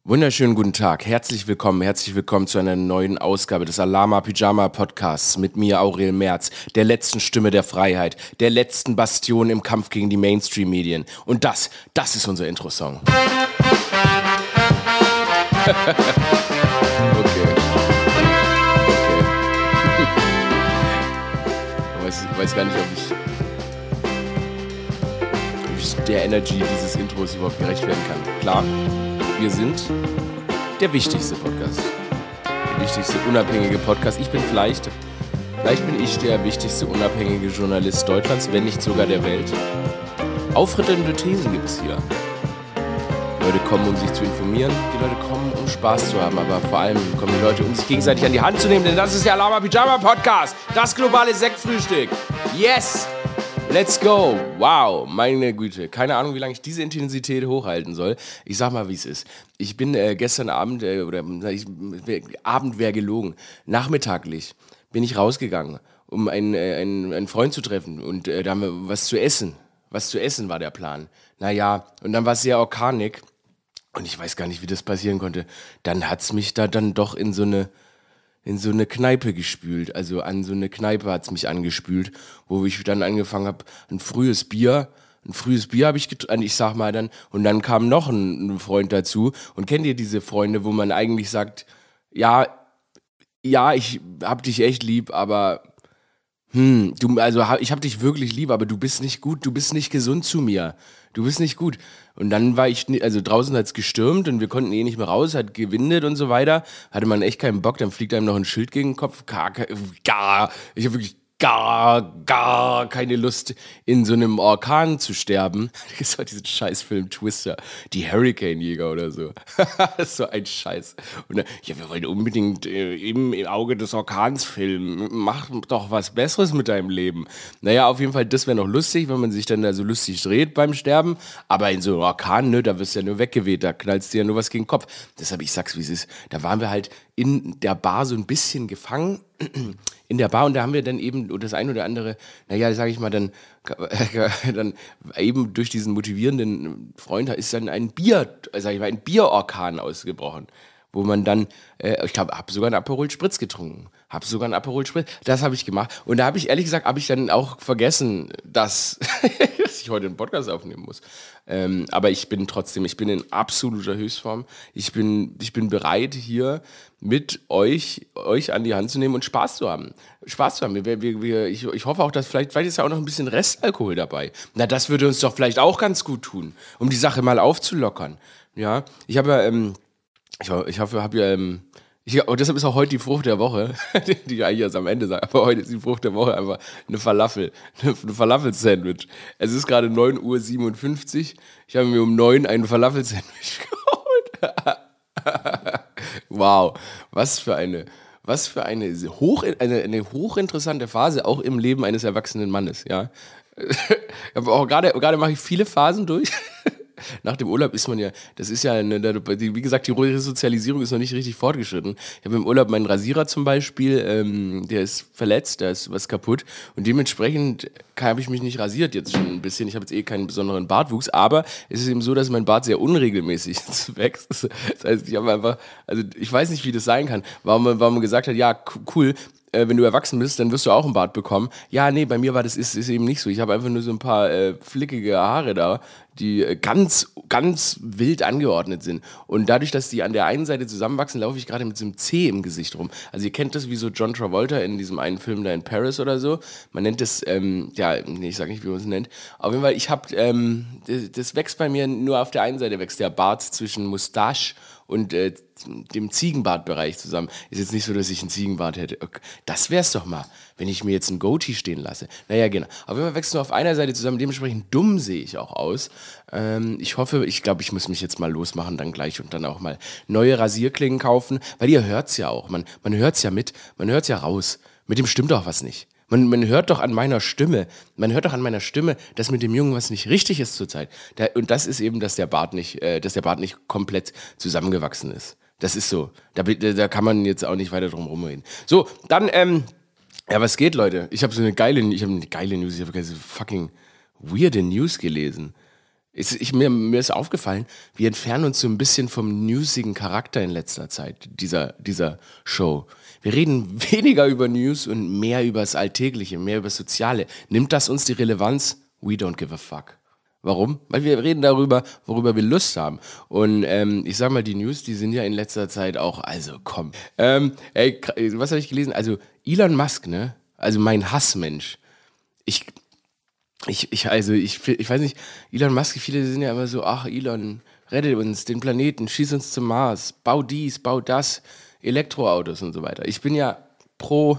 Wunderschönen guten Tag, herzlich willkommen zu einer neuen Ausgabe des Alama Pyjama Podcasts mit mir, Aurel Merz, der letzten Stimme der Freiheit, der letzten Bastion im Kampf gegen die Mainstream-Medien. Und das ist unser Intro-Song. Okay. Ich weiß gar nicht, ob ich der Energy dieses Intros überhaupt gerecht werden kann. Klar. Wir sind der wichtigste Podcast. Der wichtigste unabhängige Podcast. Vielleicht bin ich der wichtigste unabhängige Journalist Deutschlands, wenn nicht sogar der Welt. Aufrüttelnde Thesen gibt es hier. Die Leute kommen, um sich zu informieren. Die Leute kommen, um Spaß zu haben. Aber vor allem kommen die Leute, um sich gegenseitig an die Hand zu nehmen. Denn das ist der Alama Pyjama Podcast. Das globale Sektfrühstück. Yes! Let's go! Wow, meine Güte. Keine Ahnung, wie lange ich diese Intensität hochhalten soll. Ich sag mal, wie es ist. Ich bin gestern Abend, Abend wäre gelogen, nachmittaglich bin ich rausgegangen, um einen Freund zu treffen. Und da haben wir was zu essen. Was zu essen war der Plan. Naja, und dann war es sehr orkanig. Und ich weiß gar nicht, wie das passieren konnte. Dann hat's mich da dann doch in so eine Kneipe gespült, also an so eine Kneipe hat's mich angespült, wo ich dann angefangen habe, ein frühes Bier habe ich ich sag mal dann, und dann kam noch ein Freund dazu. Und kennt ihr diese Freunde, wo man eigentlich sagt, ja, ich hab dich echt lieb, aber ich hab dich wirklich lieb, aber du bist nicht gut, du bist nicht gesund zu mir. Du bist nicht gut. Und dann war ich, also draußen hat's gestürmt und wir konnten nicht mehr raus, hat gewindet und so weiter. Hatte man echt keinen Bock, dann fliegt einem noch ein Schild gegen den Kopf. Ich habe wirklich gar keine Lust, in so einem Orkan zu sterben. Das ist doch diesen Scheißfilm Twister, die Hurricane-Jäger oder so. Das ist so ein Scheiß. Und dann, ja, wir wollen unbedingt im Auge des Orkans filmen. Mach doch was Besseres mit deinem Leben. Naja, auf jeden Fall, das wäre noch lustig, wenn man sich dann da so lustig dreht beim Sterben. Aber in so einem Orkan, ne, da wirst du ja nur weggeweht, da knallst dir ja nur was gegen den Kopf. Deshalb, ich sag's, wie es ist. Da waren wir halt in der Bar so ein bisschen gefangen. In der Bar, und da haben wir dann eben das ein oder andere, sage ich mal, dann eben durch diesen motivierenden Freund ist dann ein Bierorkan ausgebrochen, wo man dann, ich glaube, habe sogar einen Aperol Spritz getrunken. Das habe ich gemacht. Und da habe ich, ehrlich gesagt, dann auch vergessen, dass ich heute einen Podcast aufnehmen muss. Aber ich bin in absoluter Höchstform. Ich bin bereit, hier mit euch an die Hand zu nehmen und Spaß zu haben. Ich hoffe auch, dass vielleicht ist ja auch noch ein bisschen Restalkohol dabei. Na, das würde uns doch vielleicht auch ganz gut tun, um die Sache mal aufzulockern. Ja, ich habe und deshalb ist auch heute die Frucht der Woche, die ich eigentlich erst am Ende sage, aber heute ist die Frucht der Woche einfach eine Falafel-Sandwich. Es ist gerade 9:57 Uhr, ich habe mir um 9 ein Falafel-Sandwich geholt. Wow, was für eine hochinteressante Phase, auch im Leben eines erwachsenen Mannes, ja. Aber auch gerade mache ich viele Phasen durch. Nach dem Urlaub ist man ja, das ist ja, wie gesagt, die Resozialisierung ist noch nicht richtig fortgeschritten. Ich habe im Urlaub meinen Rasierer zum Beispiel, der ist verletzt, da ist was kaputt und dementsprechend habe ich mich nicht rasiert jetzt schon ein bisschen. Ich habe jetzt keinen besonderen Bartwuchs, aber es ist eben so, dass mein Bart sehr unregelmäßig wächst. Das heißt, ich habe einfach, also ich weiß nicht, wie das sein kann, warum man gesagt hat, ja, cool, wenn du erwachsen bist, dann wirst du auch einen Bart bekommen. Ja, nee, bei mir ist eben nicht so. Ich habe einfach nur so ein paar flickige Haare da, die ganz, ganz wild angeordnet sind. Und dadurch, dass die an der einen Seite zusammenwachsen, laufe ich gerade mit so einem C im Gesicht rum. Also ihr kennt das wie so John Travolta in diesem einen Film da in Paris oder so. Man nennt das, ich sag nicht, wie man es nennt. Auf jeden Fall, das wächst bei mir nur auf der einen Seite, wächst der Bart zwischen Mustache und dem Ziegenbartbereich zusammen. Ist jetzt nicht so, dass ich einen Ziegenbart hätte. Okay. Das wär's doch mal, wenn ich mir jetzt einen Goatee stehen lasse. Naja, genau. Auf jeden Fall wächst nur auf einer Seite zusammen. Dementsprechend dumm sehe ich auch aus. Ich glaube, ich muss mich jetzt mal losmachen dann gleich und dann auch mal neue Rasierklingen kaufen, weil ihr hört's ja auch. Man hört's ja mit, man hört's ja raus. Mit dem stimmt doch was nicht. Man hört doch an meiner Stimme, dass mit dem Jungen was nicht richtig ist zurzeit. Und das ist eben, dass der Bart nicht komplett zusammengewachsen ist. Das ist so. Da kann man jetzt auch nicht weiter drum rumreden. So, dann, was geht, Leute? Ich habe eine geile News, ich habe keine fucking weirde News gelesen. Mir ist aufgefallen, wir entfernen uns so ein bisschen vom newsigen Charakter in letzter Zeit, dieser Show. Wir reden weniger über News und mehr über das Alltägliche, mehr über das Soziale. Nimmt das uns die Relevanz? We don't give a fuck. Warum? Weil wir reden darüber, worüber wir Lust haben. Und ich sag mal, die News, die sind ja in letzter Zeit auch, also komm. Was habe ich gelesen? Also Elon Musk, ne? Also mein Hassmensch. Ich weiß nicht, Elon Musk, viele sind ja immer so, ach Elon, rette uns, den Planeten, schieß uns zum Mars, bau dies, bau das, Elektroautos und so weiter. Ich bin ja pro,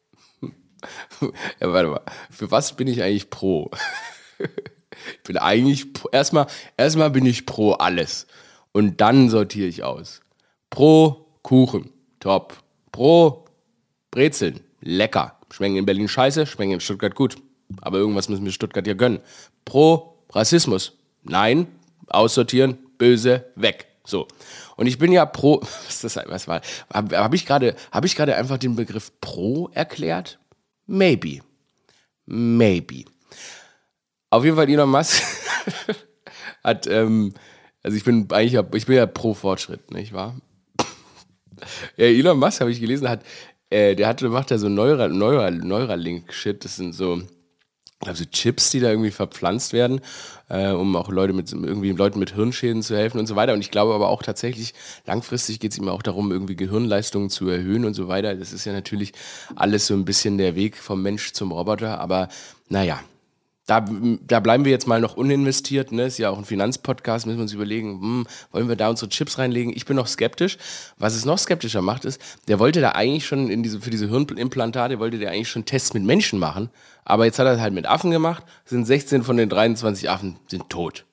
ja warte mal, für was bin ich eigentlich pro? Ich bin eigentlich, erstmal bin ich pro alles und dann sortiere ich aus. Pro Kuchen, top. Pro Brezeln, lecker. Schmecken in Berlin scheiße, schmecken in Stuttgart gut. Aber irgendwas müssen wir Stuttgart ja gönnen. Pro Rassismus. Nein, aussortieren, böse, weg. So. Und ich bin ja pro, was war, habe ich gerade einfach den Begriff pro erklärt? Maybe. Auf jeden Fall Elon Musk hat, also ich bin ja pro Fortschritt, nicht wahr? Ja, Elon Musk, habe ich gelesen, macht ja so Neuralink-Shit, das sind so, also Chips, die da irgendwie verpflanzt werden, um auch Leuten mit Hirnschäden zu helfen und so weiter. Und ich glaube aber auch tatsächlich, langfristig geht es ihm auch darum, irgendwie Gehirnleistungen zu erhöhen und so weiter. Das ist ja natürlich alles so ein bisschen der Weg vom Mensch zum Roboter. Aber naja, da bleiben wir jetzt mal noch uninvestiert, ne? Ist ja auch ein Finanzpodcast, müssen wir uns überlegen, wollen wir da unsere Chips reinlegen? Ich bin noch skeptisch. Was es noch skeptischer macht, ist, der wollte da eigentlich schon für diese Hirnimplantate, wollte der eigentlich schon Tests mit Menschen machen, aber jetzt hat er es halt mit Affen gemacht, sind 16 von den 23 Affen sind tot.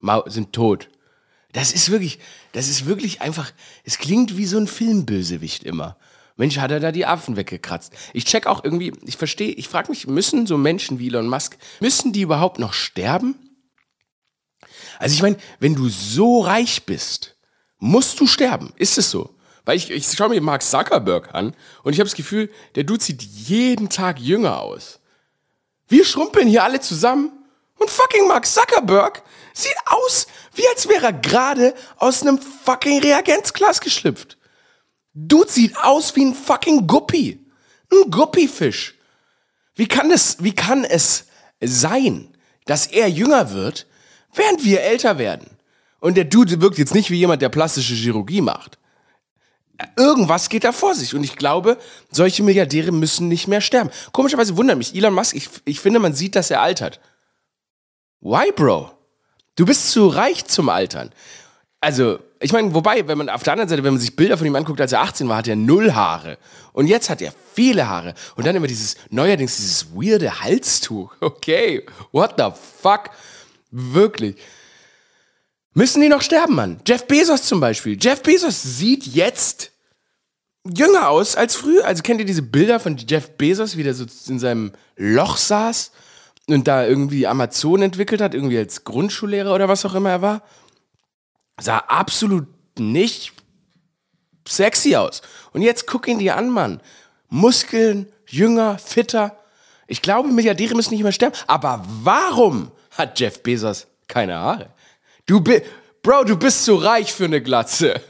Das ist wirklich einfach, es klingt wie so ein Filmbösewicht immer. Mensch, hat er da die Affen weggekratzt. Ich check auch irgendwie, ich frage mich, müssen so Menschen wie Elon Musk, müssen die überhaupt noch sterben? Also ich meine, wenn du so reich bist, musst du sterben. Ist es so? Weil ich schaue mir Mark Zuckerberg an und ich habe das Gefühl, der Dude sieht jeden Tag jünger aus. Wir schrumpeln hier alle zusammen und fucking Mark Zuckerberg sieht aus, wie als wäre er gerade aus einem fucking Reagenzglas geschlüpft. Dude sieht aus wie ein fucking Guppi. Ein Guppifisch. Wie kann es sein, dass er jünger wird, während wir älter werden? Und der Dude wirkt jetzt nicht wie jemand, der plastische Chirurgie macht. Irgendwas geht da vor sich. Und ich glaube, solche Milliardäre müssen nicht mehr sterben. Komischerweise wundert mich Elon Musk. Ich finde, man sieht, dass er altert. Why, Bro? Du bist zu reich zum Altern. Also, ich meine, wobei, wenn man auf der anderen Seite, wenn man sich Bilder von ihm anguckt, als er 18 war, hat er 0 Haare. Und jetzt hat er viele Haare. Und dann immer neuerdings dieses weirde Halstuch. Okay, what the fuck? Wirklich. Müssen die noch sterben, Mann? Jeff Bezos zum Beispiel. Jeff Bezos sieht jetzt jünger aus als früher. Also kennt ihr diese Bilder von Jeff Bezos, wie der so in seinem Loch saß und da irgendwie Amazon entwickelt hat, irgendwie als Grundschullehrer oder was auch immer er war? Sah absolut nicht sexy aus. Und jetzt guck ihn dir an, Mann. Muskeln, jünger, fitter. Ich glaube, Milliardäre müssen nicht mehr sterben. Aber warum hat Jeff Bezos keine Haare? Bro, du bist zu reich für eine Glatze.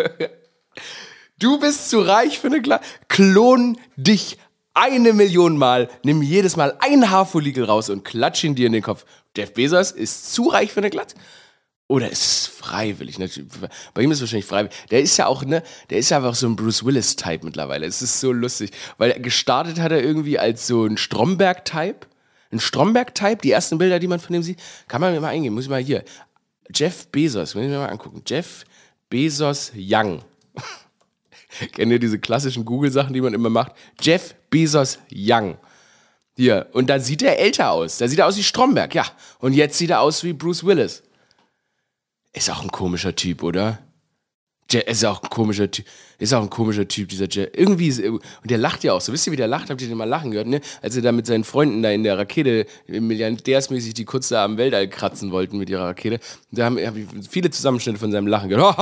Du bist zu reich für eine Glatze. Klon dich 1 Million Mal, nimm jedes Mal ein Haarfollikel raus und klatsch ihn dir in den Kopf. Jeff Bezos ist zu reich für eine Glatze? Oder ist es freiwillig? Bei ihm ist es wahrscheinlich freiwillig. Der ist ja auch, ne, der ist ja einfach so ein Bruce Willis-Type mittlerweile. Es ist so lustig. Weil gestartet hat er irgendwie als so ein Stromberg-Type. Ein Stromberg-Type, die ersten Bilder, die man von dem sieht, kann man mir mal eingeben. Muss ich mal hier. Jeff Bezos, muss ich mir mal angucken. Jeff Bezos Young. Kennt ihr diese klassischen Google-Sachen, die man immer macht? Jeff Bezos Young. Hier. Und da sieht er älter aus. Da sieht er aus wie Stromberg, ja. Und jetzt sieht er aus wie Bruce Willis. Ist auch ein komischer Typ, oder? Ist auch ein komischer Typ, dieser Jeff. Und der lacht ja auch so. Wisst ihr, wie der lacht? Habt ihr den mal lachen gehört, ne? Als er da mit seinen Freunden da in der Rakete milliardärsmäßig die kurz da am Weltall kratzen wollten mit ihrer Rakete. Da hab ich viele Zusammenschnitte von seinem Lachen gehört.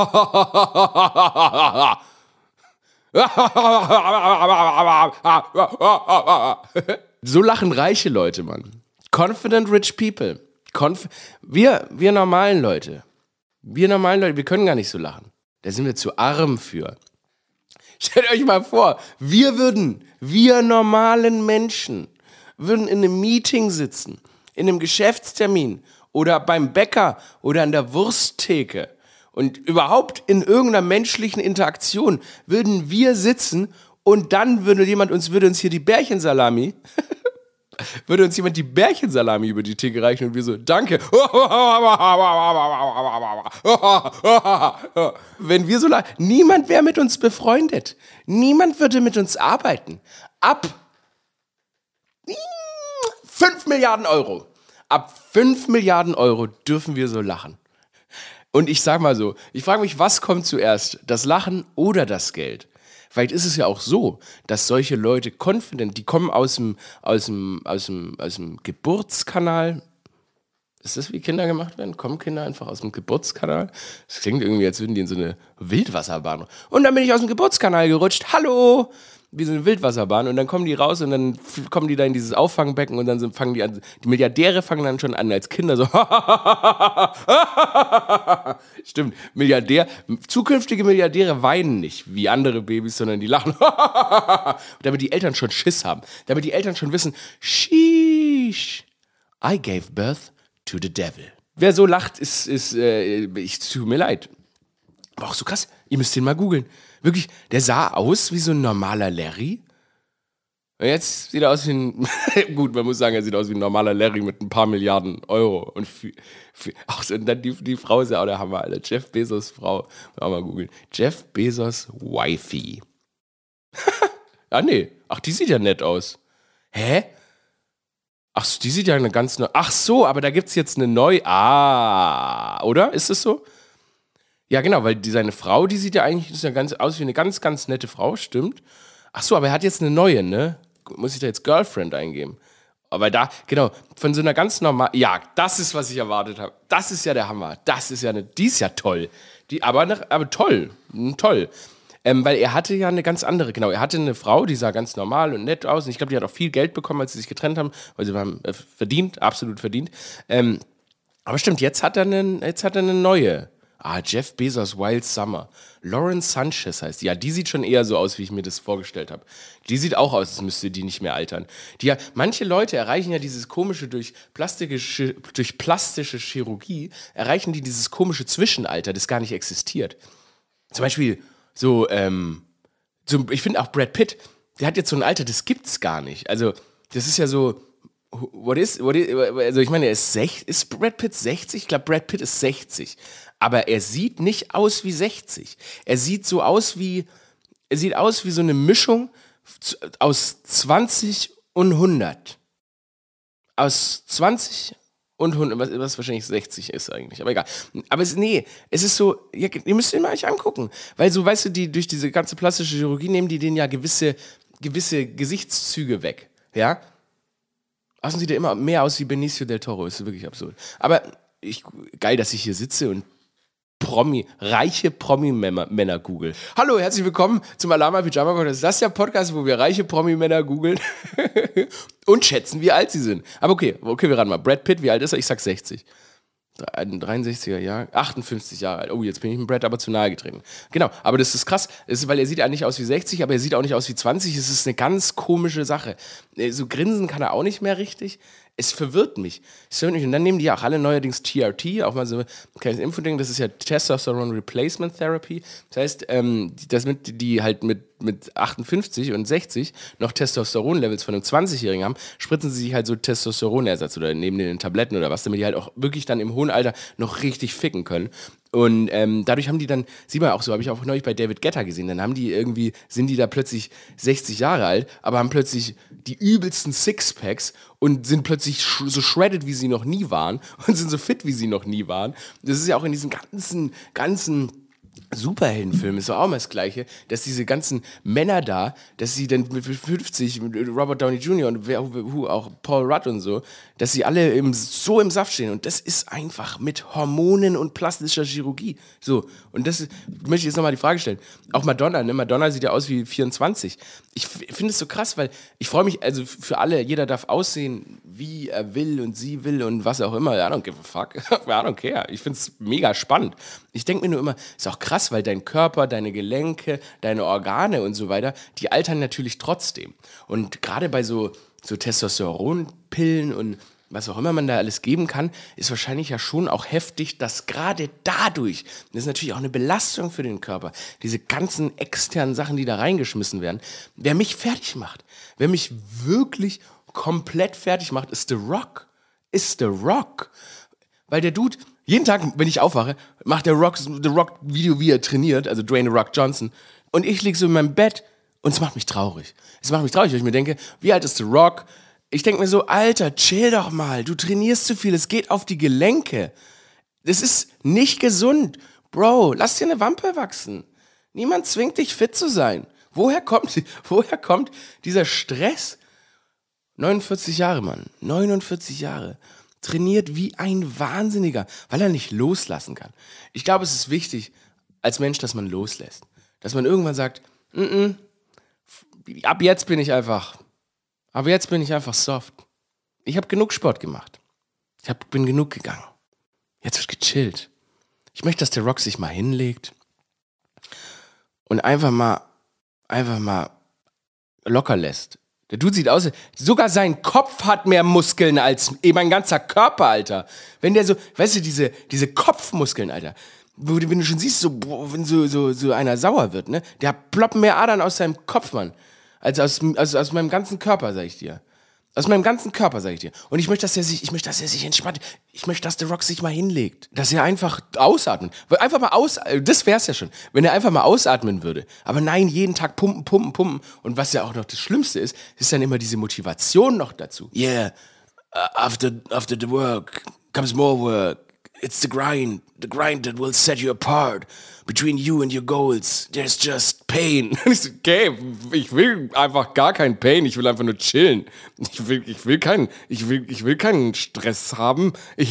So lachen reiche Leute, Mann. Confident rich people. Wir normalen Leute, wir können gar nicht so lachen. Da sind wir zu arm für. Stellt euch mal vor, wir normalen Menschen, würden in einem Meeting sitzen, in einem Geschäftstermin oder beim Bäcker oder an der Wursttheke und überhaupt in irgendeiner menschlichen Interaktion würden wir sitzen und dann würde uns hier die Bärchensalami würde uns jemand die Bärchensalami über die Theke reichen und wir so, danke. Wenn wir so lachen, niemand wäre mit uns befreundet. Niemand würde mit uns arbeiten. Ab 5 Milliarden Euro. Ab 5 Milliarden Euro dürfen wir so lachen. Und ich sag mal so, ich frage mich, was kommt zuerst? Das Lachen oder das Geld? Vielleicht ist es ja auch so, dass solche Leute confident, die kommen aus dem Geburtskanal. Ist das, wie Kinder gemacht werden? Kommen Kinder einfach aus dem Geburtskanal? Das klingt irgendwie, als würden die in so eine Wildwasserbahn. Und dann bin ich aus dem Geburtskanal gerutscht. Hallo! Wie so eine Wildwasserbahn. Und dann kommen die raus und dann kommen die da in dieses Auffangbecken und dann fangen die an. Die Milliardäre fangen dann schon an als Kinder so. Stimmt, zukünftige Milliardäre weinen nicht wie andere Babys, sondern die lachen. Damit die Eltern schon Schiss haben. Damit die Eltern schon wissen, sheesh, I gave birth to the devil. Wer so lacht, tut mir leid. Aber auch so krass, ihr müsst den mal googeln. Wirklich, der sah aus wie so ein normaler Larry. Und jetzt sieht er aus wie ein, gut, man muss sagen, er sieht aus wie ein normaler Larry mit ein paar Milliarden Euro. Und und dann die Frau ist ja auch der Hammer, Alter. Jeff Bezos Frau. Auch mal googeln. Jeff Bezos Wifey. Die sieht ja nett aus. Hä? Ach, die sieht ja eine ganz neue. Ach so, aber da gibt's jetzt eine neue. Oder? Ist es so? Ja, genau, weil seine Frau, die sieht ja eigentlich aus wie eine ganz, ganz nette Frau, stimmt. Ach so, aber er hat jetzt eine neue, ne? Muss ich da jetzt Girlfriend eingeben? Aber da, genau, von so einer ganz normalen, ja, das ist, was ich erwartet habe. Das ist ja der Hammer. Die ist ja toll. Aber toll, toll. Weil er hatte ja eine ganz andere, genau, er hatte eine Frau, die sah ganz normal und nett aus. Und ich glaube, die hat auch viel Geld bekommen, als sie sich getrennt haben, weil sie haben verdient, absolut verdient. Aber stimmt, jetzt hat er eine neue. Jeff Bezos Wild Summer. Lauren Sanchez heißt die. Ja, die sieht schon eher so aus, wie ich mir das vorgestellt habe. Die sieht auch aus, als müsste die nicht mehr altern. Manche Leute erreichen ja dieses komische, durch plastische Chirurgie, erreichen die dieses komische Zwischenalter, das gar nicht existiert. Zum Beispiel ich finde auch Brad Pitt, der hat jetzt so ein Alter, das gibt's gar nicht. Also, das ist ja so, also ich meine, ist Brad Pitt 60? Ich glaube, Brad Pitt ist 60. Aber er sieht nicht aus wie 60. Er sieht aus wie so eine Mischung aus 20 und 100. Aus 20 und 100, was wahrscheinlich 60 ist eigentlich, aber egal. Aber es ist so, ihr müsst ihn mal euch angucken. Weil so, weißt du, die durch diese ganze plastische Chirurgie nehmen die denen ja gewisse Gesichtszüge weg. Ja? Außerdem sieht er immer mehr aus wie Benicio del Toro. Das ist wirklich absurd. Aber geil, dass ich hier sitze und reiche Promi-Männer googeln. Hallo, herzlich willkommen zum Alama Pyjama Podcast. Das ist der Podcast, wo wir reiche Promi-Männer googeln und schätzen, wie alt sie sind. Aber okay, wir raten mal. Brad Pitt, wie alt ist er? Ich sag 60. 63er Jahr, 58 Jahre alt. Oh, jetzt bin ich dem Brad aber zu nahe getreten. Genau, aber das ist krass, weil er sieht ja nicht aus wie 60, aber er sieht auch nicht aus wie 20. Es ist eine ganz komische Sache. So grinsen kann er auch nicht mehr richtig. Es verwirrt mich. Und dann nehmen die ja auch alle neuerdings TRT, auch mal so ein kleines Infoding, das ist ja Testosterone Replacement Therapy. Das heißt, die halt mit 58 und 60 noch Testosteronlevels von einem 20-Jährigen haben, spritzen sie sich halt so Testosteronersatz oder nehmen den in Tabletten oder was, damit die halt auch wirklich dann im hohen Alter noch richtig ficken können. Und dadurch haben die dann, sieht man auch so, habe ich auch neulich bei David Guetta gesehen, dann sind die da plötzlich 60 Jahre alt, aber haben plötzlich die übelsten Sixpacks und sind plötzlich so shredded, wie sie noch nie waren und sind so fit, wie sie noch nie waren. Das ist ja auch in diesen ganzen Superheldenfilm ist doch auch mal das Gleiche, dass diese ganzen Männer da, dass sie dann mit 50, mit Robert Downey Jr. und auch Paul Rudd und so, dass sie alle so im Saft stehen. Und das ist einfach mit Hormonen und plastischer Chirurgie. So, und das möchte ich jetzt nochmal die Frage stellen. Auch Madonna, ne? Madonna sieht ja aus wie 24. Ich finde es so krass, weil ich freue mich, also für alle, jeder darf aussehen, wie er will und sie will und was auch immer. I don't give a fuck. I don't care. Ich find's mega spannend. Ich denke mir nur immer, ist auch krass, weil dein Körper, deine Gelenke, deine Organe und so weiter, die altern natürlich trotzdem. Und gerade bei so Testosteronpillen und was auch immer man da alles geben kann, ist wahrscheinlich ja schon auch heftig, dass gerade dadurch, das ist natürlich auch eine Belastung für den Körper, diese ganzen externen Sachen, die da reingeschmissen werden, wer mich fertig macht, wer mich wirklich komplett fertig macht, ist The Rock. Ist The Rock. Weil der Dude, jeden Tag, wenn ich aufwache, macht The Rock Video, wie er trainiert, also Dwayne The Rock Johnson, und ich liege so in meinem Bett und es macht mich traurig. Es macht mich traurig, weil ich mir denke, wie alt ist The Rock? Ich denke mir so, Alter, chill doch mal, du trainierst zu viel, es geht auf die Gelenke. Das ist nicht gesund. Bro, lass dir eine Wampe wachsen. Niemand zwingt dich, fit zu sein. Woher kommt dieser Stress? 49 Jahre, Mann. 49 Jahre. Trainiert wie ein Wahnsinniger, weil er nicht loslassen kann. Ich glaube, es ist wichtig, als Mensch, dass man loslässt. Dass man irgendwann sagt, ab jetzt bin ich einfach soft. Ich habe genug Sport gemacht. Bin genug gegangen. Jetzt wird gechillt. Ich möchte, dass der Rock sich mal hinlegt und einfach mal locker lässt. Der Dude sieht aus, sogar sein Kopf hat mehr Muskeln als mein ganzer Körper, Alter. Wenn der so, weißt du, diese Kopfmuskeln, Alter, wenn du schon siehst, wenn so einer sauer wird, ne, der ploppen mehr Adern aus seinem Kopf, Mann, als aus meinem ganzen Körper, sag ich dir. Aus meinem ganzen Körper, sag ich dir. Und ich möchte, dass er sich entspannt. Ich möchte, dass The Rock sich mal hinlegt. Dass er einfach ausatmet. Einfach mal das wär's ja schon. Wenn er einfach mal ausatmen würde. Aber nein, jeden Tag pumpen. Und was ja auch noch das Schlimmste ist dann immer diese Motivation noch dazu. Yeah, after the work comes more work. It's the grind that will set you apart. Between you and your goals, there's just pain. Okay, ich will einfach gar keinen Pain, ich will einfach nur chillen. Ich will keinen Stress haben.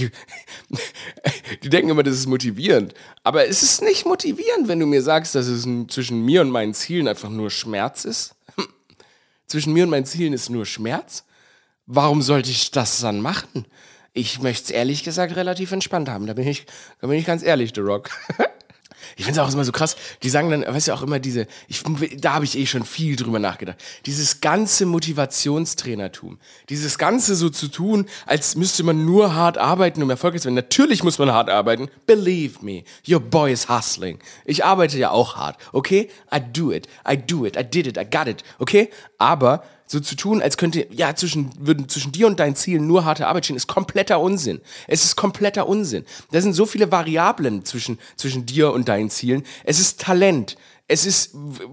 Die denken immer, das ist motivierend. Aber es ist nicht motivierend, wenn du mir sagst, dass es zwischen mir und meinen Zielen einfach nur Schmerz ist. Zwischen mir und meinen Zielen ist nur Schmerz. Warum sollte ich das dann machen? Ich möchte es ehrlich gesagt relativ entspannt haben. Da bin ich ganz ehrlich, The Rock. Ich finde es auch immer so krass, die sagen dann, weißt du, auch immer da habe ich schon viel drüber nachgedacht, dieses ganze Motivationstrainertum, dieses ganze so zu tun, als müsste man nur hart arbeiten, um erfolgreich zu werden. Natürlich muss man hart arbeiten, believe me, your boy is hustling. Ich arbeite ja auch hart, okay? I do it, I did it, I got it, okay? Aber so zu tun, als würden zwischen dir und deinen Zielen nur harte Arbeit stehen, ist kompletter Unsinn. Es ist kompletter Unsinn. Da sind so viele Variablen zwischen dir und deinen Zielen. Es ist Talent. Es ist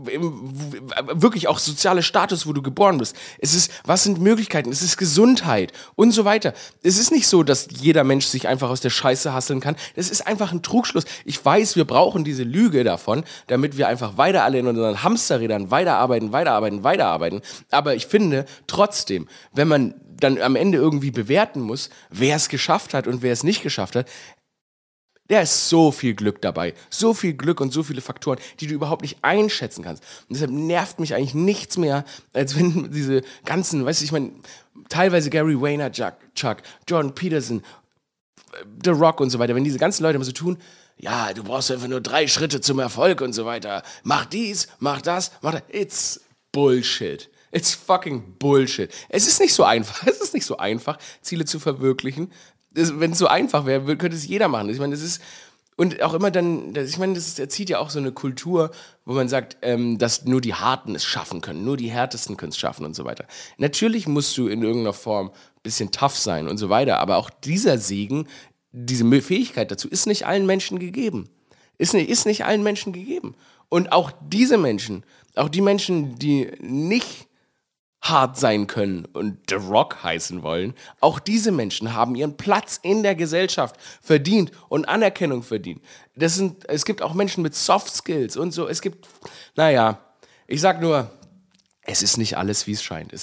wirklich auch sozialer Status, wo du geboren bist. Es ist, was sind Möglichkeiten? Es ist Gesundheit und so weiter. Es ist nicht so, dass jeder Mensch sich einfach aus der Scheiße hasseln kann. Es ist einfach ein Trugschluss. Ich weiß, wir brauchen diese Lüge davon, damit wir einfach weiter alle in unseren Hamsterrädern weiterarbeiten. Aber ich finde trotzdem, wenn man dann am Ende irgendwie bewerten muss, wer es geschafft hat und wer es nicht geschafft hat, da ist so viel Glück dabei. So viel Glück und so viele Faktoren, die du überhaupt nicht einschätzen kannst. Und deshalb nervt mich eigentlich nichts mehr, als wenn diese ganzen, weißt du, ich meine, teilweise Gary Vaynerchuk, Jordan Peterson, The Rock und so weiter, wenn diese ganzen Leute immer so tun, ja, du brauchst einfach nur 3 Schritte zum Erfolg und so weiter. Mach dies, mach das, mach das. It's Bullshit. It's fucking Bullshit. Es ist nicht so einfach, Ziele zu verwirklichen. Wenn es so einfach wäre, könnte es jeder machen. Ich meine, das ist, und auch immer dann, das erzieht ja auch so eine Kultur, wo man sagt, dass nur die Harten es schaffen können, nur die Härtesten können es schaffen und so weiter. Natürlich musst du in irgendeiner Form ein bisschen tough sein und so weiter, aber auch dieser Segen, diese Fähigkeit dazu, ist nicht allen Menschen gegeben. Ist nicht allen Menschen gegeben. Und auch diese Menschen, auch die Menschen, die nicht hart sein können und The Rock heißen wollen, auch diese Menschen haben ihren Platz in der Gesellschaft verdient und Anerkennung verdient. Es gibt auch Menschen mit Soft Skills und so. Ich sag nur, es ist nicht alles, wie es scheint.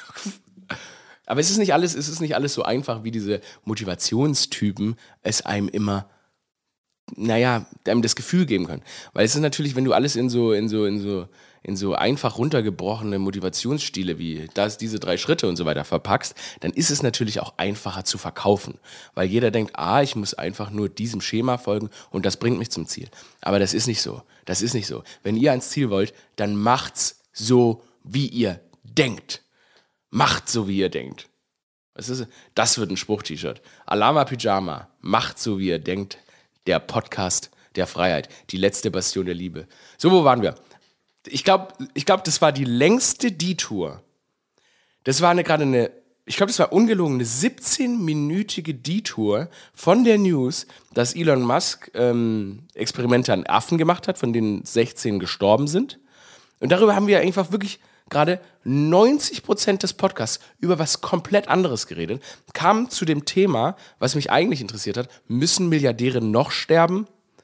Aber es ist nicht alles so einfach, wie diese Motivationstypen es einem immer einem das Gefühl geben können. Weil es ist natürlich, wenn du alles in so einfach runtergebrochene Motivationsstile wie diese 3 Schritte und so weiter verpackst, dann ist es natürlich auch einfacher zu verkaufen. Weil jeder denkt, ich muss einfach nur diesem Schema folgen und das bringt mich zum Ziel. Aber das ist nicht so. Das ist nicht so. Wenn ihr ans Ziel wollt, dann macht's so, wie ihr denkt. Macht so, wie ihr denkt. Das wird ein Spruch-T-Shirt. Alama Pyjama. Macht so, wie ihr denkt. Der Podcast der Freiheit. Die letzte Bastion der Liebe. So, wo waren wir? Ich glaube, das war die längste Detour. Das war das war ungelogen eine 17-minütige Detour von der News, dass Elon Musk Experimente an Affen gemacht hat, von denen 16 gestorben sind. Und darüber haben wir einfach wirklich gerade 90% des Podcasts über was komplett anderes geredet. Kam zu dem Thema, was mich eigentlich interessiert hat, müssen Milliardäre noch sterben?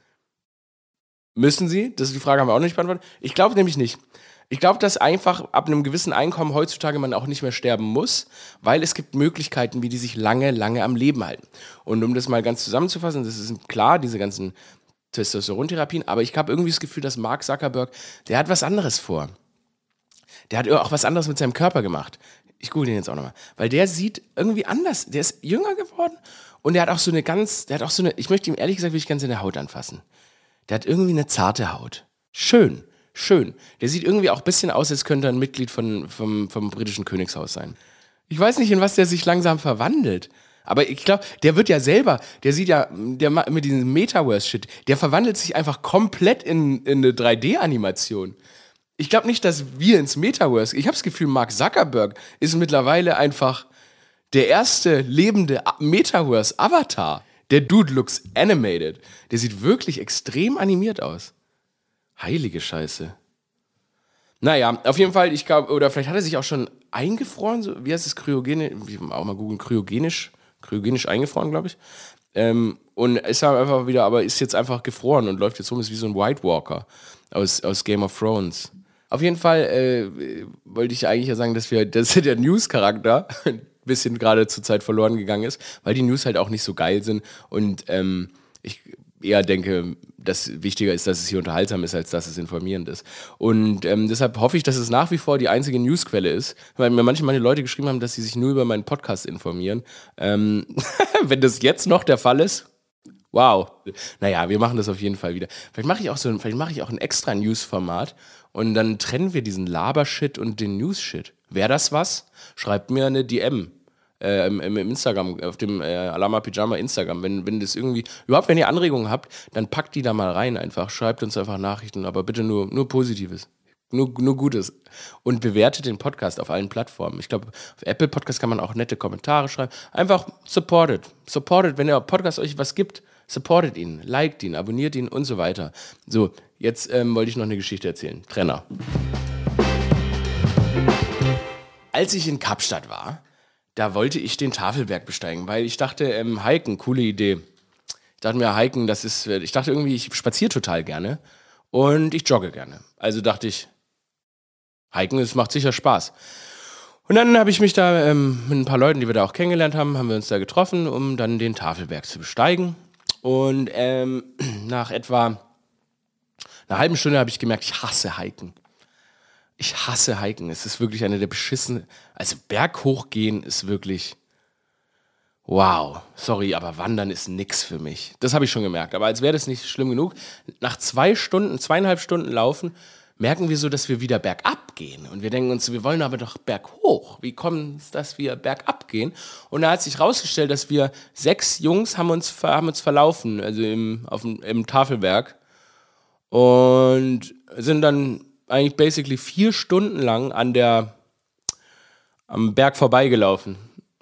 Müssen sie? Die Frage haben wir auch nicht beantwortet. Ich glaube nämlich nicht. Ich glaube, dass einfach ab einem gewissen Einkommen heutzutage man auch nicht mehr sterben muss, weil es gibt Möglichkeiten, wie die sich lange, lange am Leben halten. Und um das mal ganz zusammenzufassen, das ist klar, diese ganzen Testosterontherapien, aber ich habe irgendwie das Gefühl, dass Mark Zuckerberg, der hat was anderes vor. Der hat auch was anderes mit seinem Körper gemacht. Ich google den jetzt auch nochmal. Weil der sieht irgendwie anders. Der ist jünger geworden und der hat auch so eine ich möchte ihm ehrlich gesagt wirklich ganz in der Haut anfassen. Der hat irgendwie eine zarte Haut. Schön. Der sieht irgendwie auch ein bisschen aus, als könnte er ein Mitglied vom britischen Königshaus sein. Ich weiß nicht, in was der sich langsam verwandelt. Aber ich glaube, der wird ja selber, der macht mit diesem Metaverse-Shit, der verwandelt sich einfach komplett in eine 3D-Animation. Ich glaube nicht, dass wir ins Metaverse, ich habe das Gefühl, Mark Zuckerberg ist mittlerweile einfach der erste lebende Metaverse-Avatar. Der Dude looks animated. Der sieht wirklich extrem animiert aus. Heilige Scheiße. Naja, auf jeden Fall, ich glaube, oder vielleicht hat er sich auch schon eingefroren, so, wie heißt das, kryogenisch, auch mal googeln, kryogenisch eingefroren, glaube ich. Und ist halt einfach wieder, aber ist jetzt einfach gefroren und läuft jetzt rum, ist wie so ein White Walker aus Game of Thrones. Auf jeden Fall wollte ich eigentlich ja sagen, dass der News-Charakter ein bisschen gerade zur Zeit verloren gegangen ist, weil die News halt auch nicht so geil sind und ich eher denke, dass wichtiger ist, dass es hier unterhaltsam ist, als dass es informierend ist. Und deshalb hoffe ich, dass es nach wie vor die einzige Newsquelle ist, weil mir manche Leute geschrieben haben, dass sie sich nur über meinen Podcast informieren. Wenn das jetzt noch der Fall ist, wow. Naja, wir machen das auf jeden Fall wieder. Vielleicht mache ich auch ein extra News-Format und dann trennen wir diesen Laber-Shit und den News-Shit. Wäre das was? Schreibt mir eine DM. Im Instagram, auf dem Alama Pyjama Instagram, wenn das irgendwie, überhaupt wenn ihr Anregungen habt, dann packt die da mal rein einfach, schreibt uns einfach Nachrichten, aber bitte nur Positives, nur Gutes und bewertet den Podcast auf allen Plattformen. Ich glaube, auf Apple Podcast kann man auch nette Kommentare schreiben, einfach supportet, wenn der Podcast euch was gibt, supportet ihn, liked ihn, abonniert ihn und so weiter. So, jetzt wollte ich noch eine Geschichte erzählen, Trenner. Als ich in Kapstadt war, da wollte ich den Tafelberg besteigen, weil ich dachte, hiken, coole Idee. Ich dachte mir, hiken, ich dachte irgendwie, ich spaziere total gerne und ich jogge gerne. Also dachte ich, hiken, es macht sicher Spaß. Und dann habe ich mich da mit ein paar Leuten, die wir da auch kennengelernt haben, haben wir uns da getroffen, um dann den Tafelberg zu besteigen. Und nach etwa einer halben Stunde habe ich gemerkt, ich hasse hiken. Es ist wirklich eine der beschissenen. Also Berg hochgehen ist wirklich. Wow. Sorry, aber Wandern ist nix für mich. Das habe ich schon gemerkt. Aber als wäre das nicht schlimm genug. Nach 2,5 Stunden Laufen merken wir so, dass wir wieder bergab gehen. Und wir denken uns, wir wollen aber doch berghoch. Wie kommt es, dass wir bergab gehen? Und da hat sich rausgestellt, dass wir 6 Jungs haben uns verlaufen, also im Tafelberg. Und sind dann eigentlich basically 4 Stunden lang am Berg vorbeigelaufen.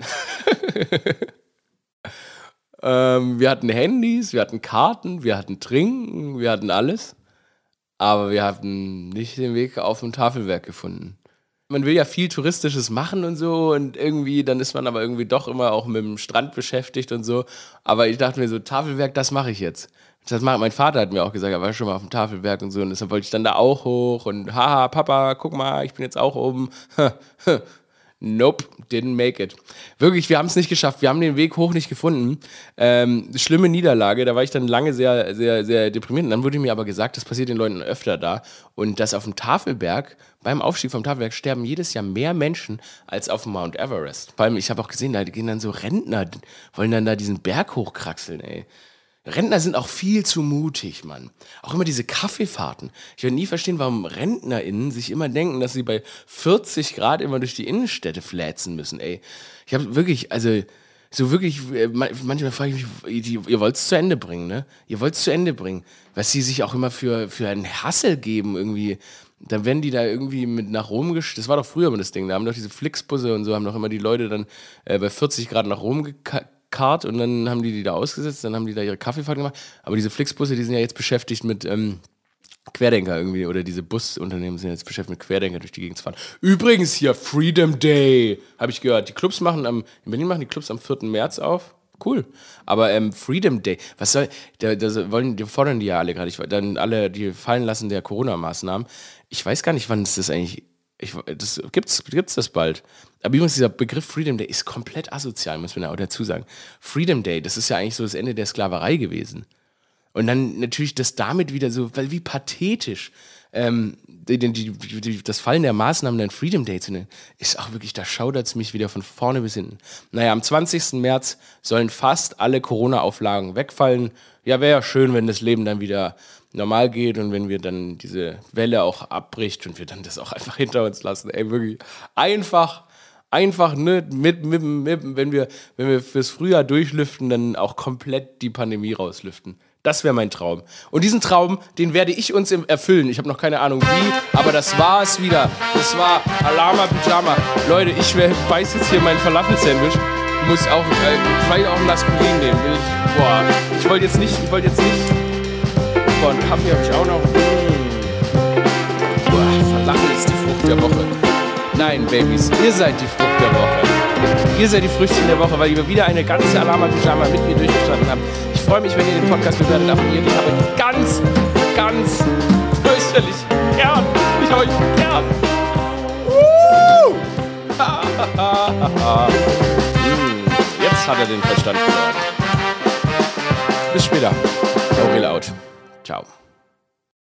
Wir hatten Handys, wir hatten Karten, wir hatten Trinken, wir hatten alles. Aber wir hatten nicht den Weg auf den Tafelberg gefunden. Man will ja viel Touristisches machen und so und irgendwie, dann ist man aber irgendwie doch immer auch mit dem Strand beschäftigt und so. Aber ich dachte mir so, Tafelberg, das mache ich jetzt. Mein Vater hat mir auch gesagt, er war schon mal auf dem Tafelberg und so und deshalb wollte ich dann da auch hoch und haha, Papa, guck mal, ich bin jetzt auch oben. Nope, didn't make it. Wirklich, wir haben es nicht geschafft. Wir haben den Weg hoch nicht gefunden. Schlimme Niederlage. Da war ich dann lange sehr, sehr, sehr deprimiert. Und dann wurde mir aber gesagt, das passiert den Leuten öfter da. Und dass auf dem Tafelberg, beim Aufstieg vom Tafelberg, sterben jedes Jahr mehr Menschen als auf dem Mount Everest. Vor allem, ich habe auch gesehen, da gehen dann so Rentner, wollen dann da diesen Berg hochkraxeln, ey. Rentner sind auch viel zu mutig, Mann. Auch immer diese Kaffeefahrten. Ich werde nie verstehen, warum RentnerInnen sich immer denken, dass sie bei 40 Grad immer durch die Innenstädte fläzen müssen, ey. Ich habe wirklich, also, so wirklich, manchmal frage ich mich, ihr wollt es zu Ende bringen, ne? Ihr wollt es zu Ende bringen. Was sie sich auch immer für einen Hassel geben, irgendwie. Dann werden die da irgendwie mit nach Rom das war doch früher immer das Ding, da haben doch diese Flixbusse und so, haben doch immer die Leute dann bei 40 Grad nach Rom Kart und dann haben die da ausgesetzt, dann haben die da ihre Kaffeefahrt gemacht. Aber diese Flixbusse, die sind ja jetzt beschäftigt mit Querdenker irgendwie, oder diese Busunternehmen sind jetzt beschäftigt mit Querdenker durch die Gegend zu fahren. Übrigens hier, Freedom Day, habe ich gehört. In Berlin machen die Clubs am 4. März auf. Cool. Aber Freedom Day, was soll, die fordern die ja alle gerade, dann alle die fallen lassen der Corona-Maßnahmen. Ich weiß gar nicht, wann es das eigentlich gibt's das bald. Aber übrigens, dieser Begriff Freedom Day ist komplett asozial, muss man ja auch dazu sagen. Freedom Day, das ist ja eigentlich so das Ende der Sklaverei gewesen. Und dann natürlich das damit wieder so, weil wie pathetisch das Fallen der Maßnahmen dann Freedom Day zu nennen, ist auch wirklich, da schaudert es mich wieder von vorne bis hinten. Naja, am 20. März sollen fast alle Corona-Auflagen wegfallen. Ja, wäre ja schön, wenn das Leben dann wieder normal geht und wenn wir dann diese Welle auch abbricht und wir dann das auch einfach hinter uns lassen. Ey, wirklich einfach ne, wenn wir fürs Frühjahr durchlüften, dann auch komplett die Pandemie rauslüften. Das wäre mein Traum. Und diesen Traum, den werde ich uns erfüllen. Ich habe noch keine Ahnung wie, aber das war es wieder. Das war Alama Pyjama. Leute, ich beiß jetzt hier mein Falafel-Sandwich. Muss auch, vielleicht auch ein Aspirin nehmen. Ich wollte jetzt nicht. Boah, einen Kaffee habe ich auch noch. Falafel ist die Frucht der Woche. Nein, Babys, ihr seid die Frucht der Woche. Ihr seid die Früchtchen der Woche, weil ihr wieder eine ganze Alama Pyjama mit mir durchgestanden habt. Ich freue mich, wenn ihr den Podcast bewertet, abonniert. Ich habe euch ganz, ganz fürchterlich gern. Ich habe euch gern. Jetzt hat er den Verstand verloren. Bis später. Aurel out. Ciao.